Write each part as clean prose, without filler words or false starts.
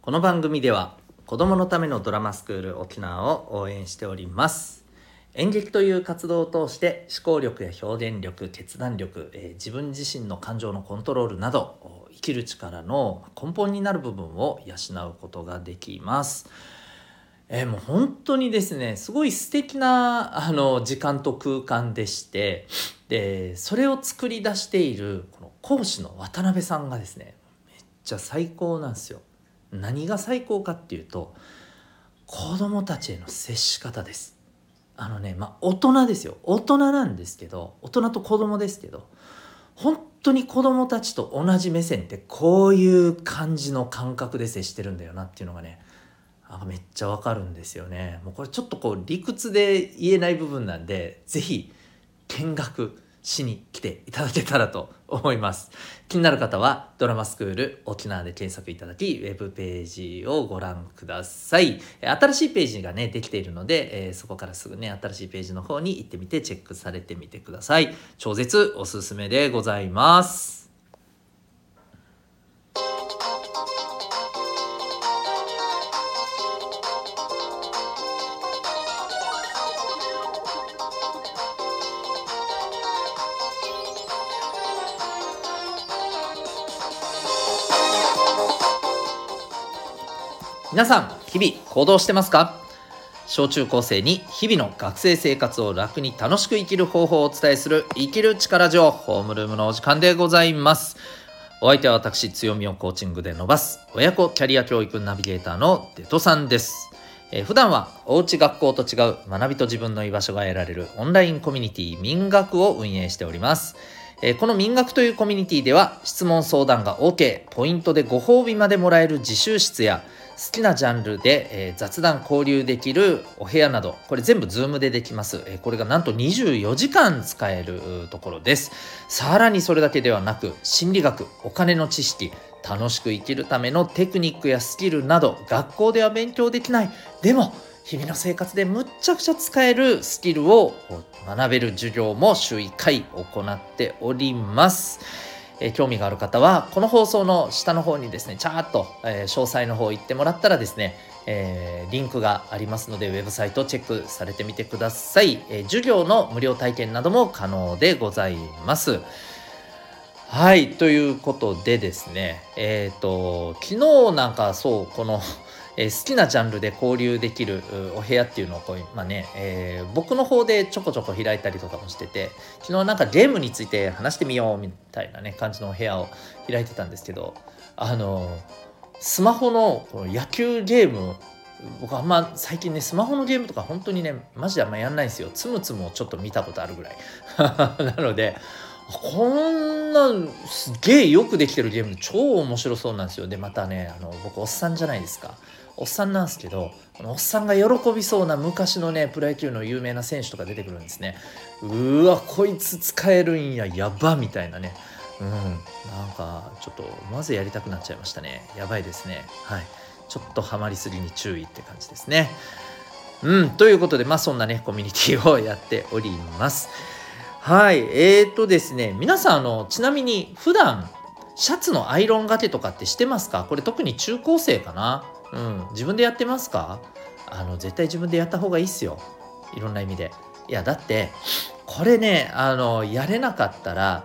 この番組では子どものためのドラマスクール沖縄を応援しております。演劇という活動を通して思考力や表現力、決断力、自分自身の感情のコントロールなど生きる力の根本になる部分を養うことができます。もう本当にですね、すごい素敵な時間と空間でして、でそれを作り出しているこの講師の渡辺さんがですね、めっちゃ最高なんですよ。何が最高かっていうと、子どもたちへの接し方です。大人ですよ。大人なんですけど、大人と子供ですけど、本当に子供たちと同じ目線ってこういう感じの感覚で接してるんだよなっていうのがね、めっちゃわかるんですよね。もうこれちょっと理屈で言えない部分なんで、ぜひ見学しに来ていただけたらと思います。気になる方はドラマスクール沖縄で検索いただき、ウェブページをご覧ください。新しいページがねできているので、そこからすぐね新しいページの方に行ってみてチェックされてみてください。超絶おすすめでございます。皆さん、日々行動してますか？小中高生に日々の学生生活を楽に楽しく生きる方法をお伝えする生きる力情ホームルームのお時間でございます。お相手は私、強みをコーチングで伸ばす親子キャリア教育ナビゲーターのデトさんです。普段はおうち学校と違う学びと自分の居場所が得られるオンラインコミュニティ民学を運営しております。この民学というコミュニティでは質問相談が OK、ポイントでご褒美までもらえる自習室や好きなジャンルで、雑談交流できるお部屋など、これ全部 Zoom でできます。これがなんと24時間使えるところです。さらにそれだけではなく、心理学、お金の知識、楽しく生きるためのテクニックやスキルなど、学校では勉強できない、でも日々の生活でむっちゃくちゃ使えるスキルを学べる授業も週1回行っております。興味がある方はこの放送の下の方にですね、チャーッと、詳細の方行ってもらったらですね、リンクがありますのでウェブサイトをチェックされてみてください。授業の無料体験なども可能でございます。はい、ということでですね、昨日なんかそうこの好きなジャンルで交流できるお部屋っていうのを僕の方でちょこちょこ開いたりとかもしてて、昨日なんかゲームについて話してみようみたいなね感じのお部屋を開いてたんですけど、スマホのこの野球ゲーム、僕あんま最近ねスマホのゲームとか本当にねマジであんまやんないんですよ。つむつむをちょっと見たことあるぐらいなので、こんなすげえよくできてるゲーム超面白そうなんですよ。でまたね僕おっさんじゃないですか。おっさんなんですけど、このおっさんが喜びそうな昔のねプロ野球の有名な選手とか出てくるんですね。うわこいつ使えるんや、やばみたいなね。なんかちょっとまずやりたくなっちゃいましたね。やばいですね。はい、ちょっとハマりすぎに注意って感じですね。ということでそんなねコミュニティをやっております。はい、ですね、皆さんちなみに普段シャツのアイロンがけとかってしてますか？これ特に中高生かな。自分でやってますか？絶対自分でやった方がいいっすよ。いろんな意味で。いやだってこれねやれなかったら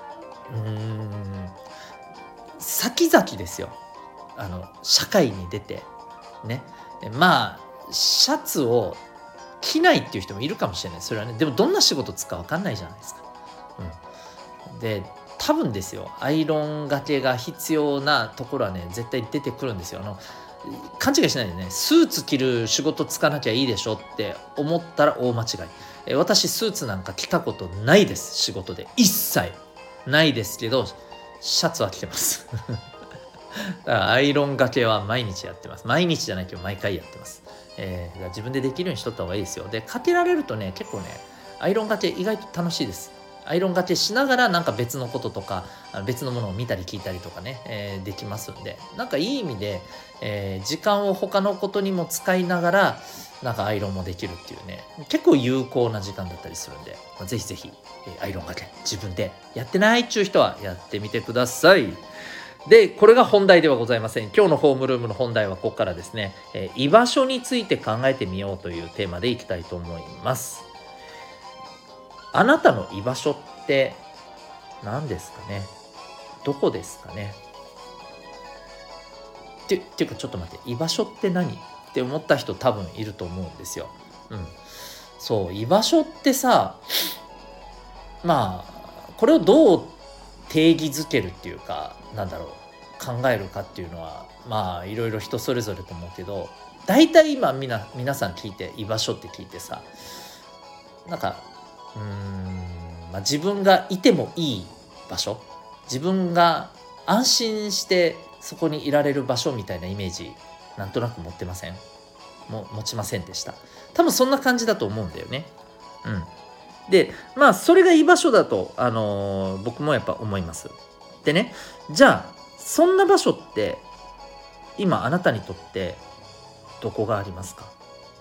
先々ですよ。社会に出てね、シャツを着ないっていう人もいるかもしれない。それはね、でもどんな仕事つくか分かんないじゃないですか。で多分ですよ、アイロンがけが必要なところはね絶対出てくるんですよ。勘違いしないでね、スーツ着る仕事つかなきゃいいでしょって思ったら大間違い。私スーツなんか着たことないです。仕事で一切ないですけどシャツは着てますだからアイロンがけは毎日やってます。毎日じゃないけど毎回やってます。だから自分でできるようにしとった方がいいですよ。でかけられるとね結構ねアイロンがけ意外と楽しいです。アイロンがけしながらなんか別のこととか別のものを見たり聞いたりとかね、できますんで、なんかいい意味で、時間を他のことにも使いながらなんかアイロンもできるっていうね、結構有効な時間だったりするんで、ぜひぜひ、アイロンがけ自分でやってないっていう人はやってみてください。 でこれが本題ではございません。今日のホームルームの本題はここからですね、居場所について考えてみようというテーマでいきたいと思います。あなたの居場所って何ですかね。どこですかね。っていうかちょっと待って、居場所って何って思った人多分いると思うんですよ。そう、居場所ってさ、まあこれをどう定義づけるっていうか、考えるかっていうのはまあいろいろ人それぞれと思うけど、大体今皆さん聞いて居場所って聞いてさ、自分がいてもいい場所、自分が安心してそこにいられる場所みたいなイメージなんとなく持ちませんでした。多分そんな感じだと思うんだよね。でそれが居場所だと、僕もやっぱ思います。でね、じゃあそんな場所って今あなたにとってどこがありますか？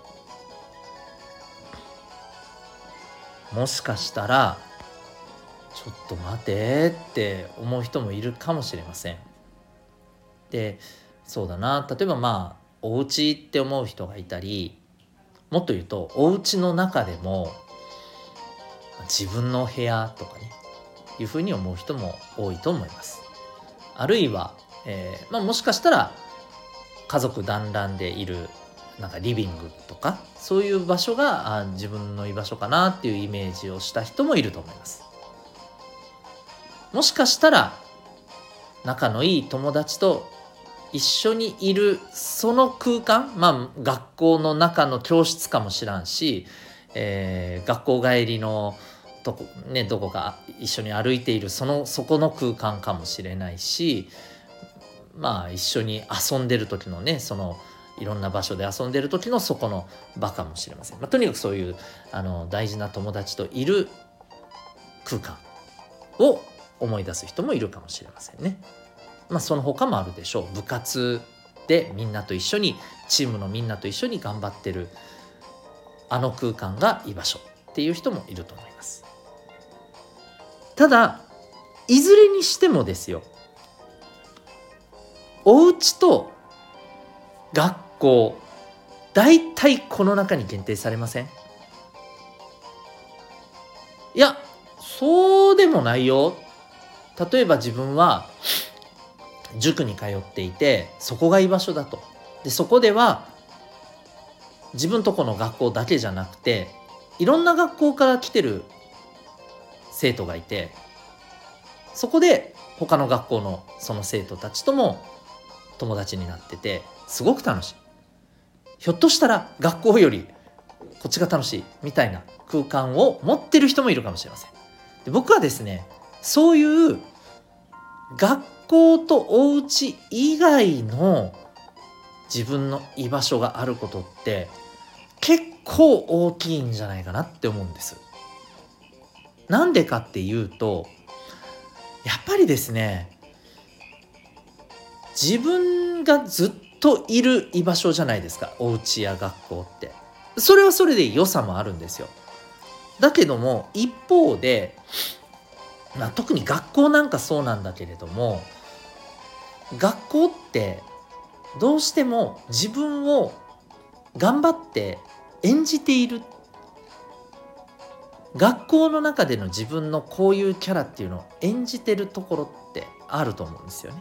もしかしたらちょっと待てって思う人もいるかもしれません。で、そうだな、例えばお家って思う人がいたり、もっと言うとお家の中でも自分の部屋とかね、いうふうに思う人も多いと思います。あるいは、もしかしたら家族団らんでいるリビングとか、そういう場所が自分の居場所かなっていうイメージをした人もいると思います。もしかしたら仲のいい友達と一緒にいるその空間、学校の中の教室かもしらんし、学校帰りのどこか一緒に歩いているそこの空間かもしれないし、一緒に遊んでる時のね、いろんな場所で遊んでる時のそこの場かもしれません。とにかくそういう大事な友達といる空間を思い出す人もいるかもしれませんね。その他もあるでしょう。部活でみんなと一緒に、チームのみんなと一緒に頑張ってるあの空間が居場所っていう人もいると思います。ただいずれにしてもですよ、お家と学校、大体この中に限定されません？いや、そうでもないよ。例えば自分は塾に通っていて、そこが居場所だと。でそこでは自分とこの学校だけじゃなくて、いろんな学校から来てる生徒がいて、そこで他の学校のその生徒たちとも友達になってて、すごく楽しい。ひょっとしたら学校よりこっちが楽しいみたいな空間を持ってる人もいるかもしれません。で僕はですね、そういう学校とお家以外の自分の居場所があることって結構大きいんじゃないかなって思うんです。なんでかっていうと、やっぱりですね、自分がずっといる居場所じゃないですか、お家や学校って。それはそれで良さもあるんですよ。だけども一方で、特に学校なんかそうなんだけれども、学校ってどうしても自分を頑張って演じている、学校の中での自分のこういうキャラっていうのを演じてるところってあると思うんですよね。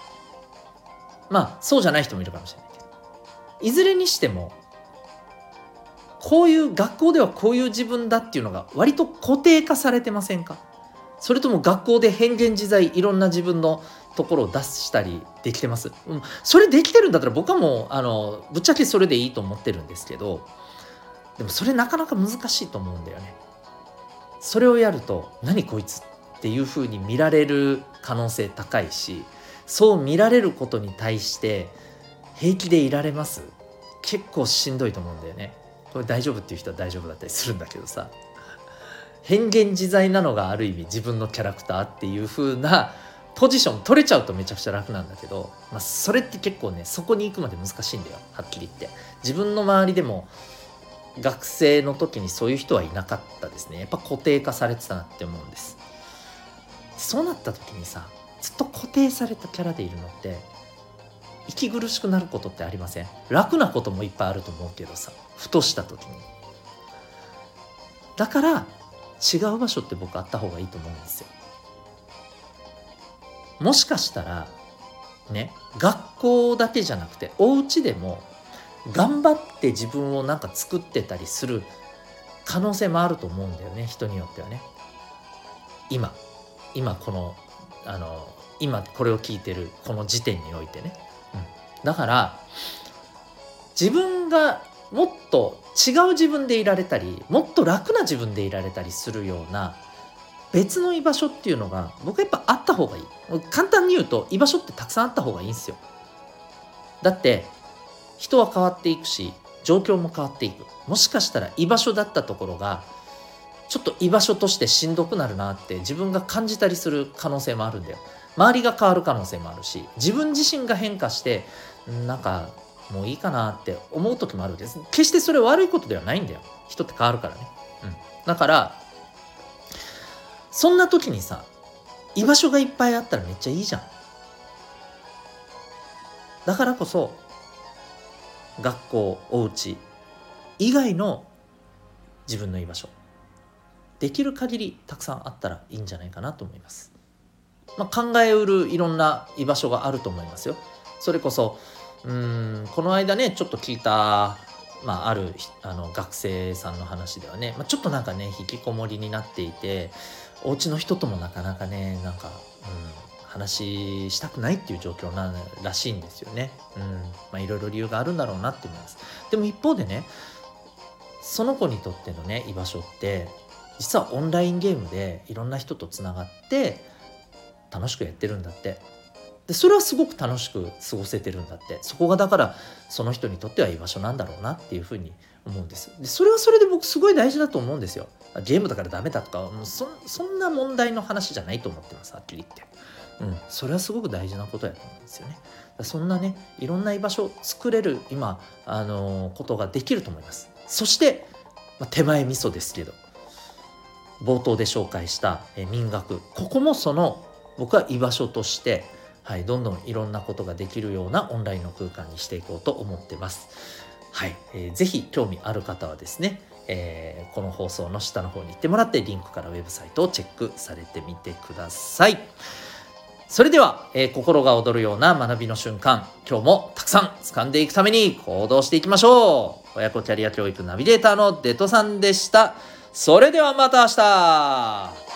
そうじゃない人もいるかもしれないけど、いずれにしてもこういう学校ではこういう自分だっていうのが割と固定化されてませんか？それとも学校で変幻自在いろんな自分のところを出したりできてます？それできてるんだったら僕はもうぶっちゃけそれでいいと思ってるんですけど、でもそれなかなか難しいと思うんだよね。それをやると何こいつっていう風に見られる可能性高いし、そう見られることに対して平気でいられます？結構しんどいと思うんだよね。これ大丈夫っていう人は大丈夫だったりするんだけどさ、変幻自在なのがある意味自分のキャラクターっていう風なポジション取れちゃうとめちゃくちゃ楽なんだけど、それって結構ね、そこに行くまで難しいんだよ、はっきり言って。自分の周りでも学生の時にそういう人はいなかったですね。やっぱ固定化されてたなって思うんです。そうなった時にさ、 ずっと固定されたキャラでいるのって息苦しくなることってありません？楽なこともいっぱいあると思うけどさ、ふとした時に。だから違う場所って僕あった方がいいと思うんですよ。もしかしたらね、学校だけじゃなくてお家でも頑張って自分をなんか作ってたりする可能性もあると思うんだよね、人によってはね。今この今これを聞いてるこの時点においてね、だから自分がもっと違う自分でいられたり、もっと楽な自分でいられたりするような別の居場所っていうのが僕はやっぱあった方がいい。簡単に言うと居場所ってたくさんあった方がいいんですよ。だって人は変わっていくし、状況も変わっていく。もしかしたら居場所だったところがちょっと居場所としてしんどくなるなって自分が感じたりする可能性もあるんだよ。周りが変わる可能性もあるし、自分自身が変化してなんかもういいかなって思う時もあるんです。決してそれ悪いことではないんだよ。人って変わるからね。だからそんな時にさ、居場所がいっぱいあったらめっちゃいいじゃん。だからこそ学校、お家以外の自分の居場所、できる限りたくさんあったらいいんじゃないかなと思います。考えうるいろんな居場所があると思いますよ。それこそこの間ねちょっと聞いた、ある学生さんの話ではね、ちょっとなんかね引きこもりになっていて、お家の人ともなかなかね話したくないっていう状況ならしいんですよね。いろいろ理由があるんだろうなって思います。でも一方でね、その子にとってのね居場所って実はオンラインゲームでいろんな人とつながって楽しくやってるんだって。でそれはすごく楽しく過ごせてるんだって。そこがだからその人にとっては居場所なんだろうなっていうふうに思うんです。でそれはそれで僕すごい大事だと思うんですよ。ゲームだからダメだとかもうそんな問題の話じゃないと思ってます、はっきり言って。それはすごく大事なことやと思うんですよね。そんなねいろんな居場所を作れる今ことができると思います。そして、手前味噌ですけど冒頭で紹介した民学、ここもその僕は居場所として、どんどんいろんなことができるようなオンラインの空間にしていこうと思ってます。ぜひ興味ある方はですね、この放送の下の方に行ってもらってリンクからウェブサイトをチェックされてみてください。それでは、心が躍るような学びの瞬間、今日もたくさん掴んでいくために行動していきましょう。親子キャリア教育ナビゲーターのデトさんでした。それではまた明日。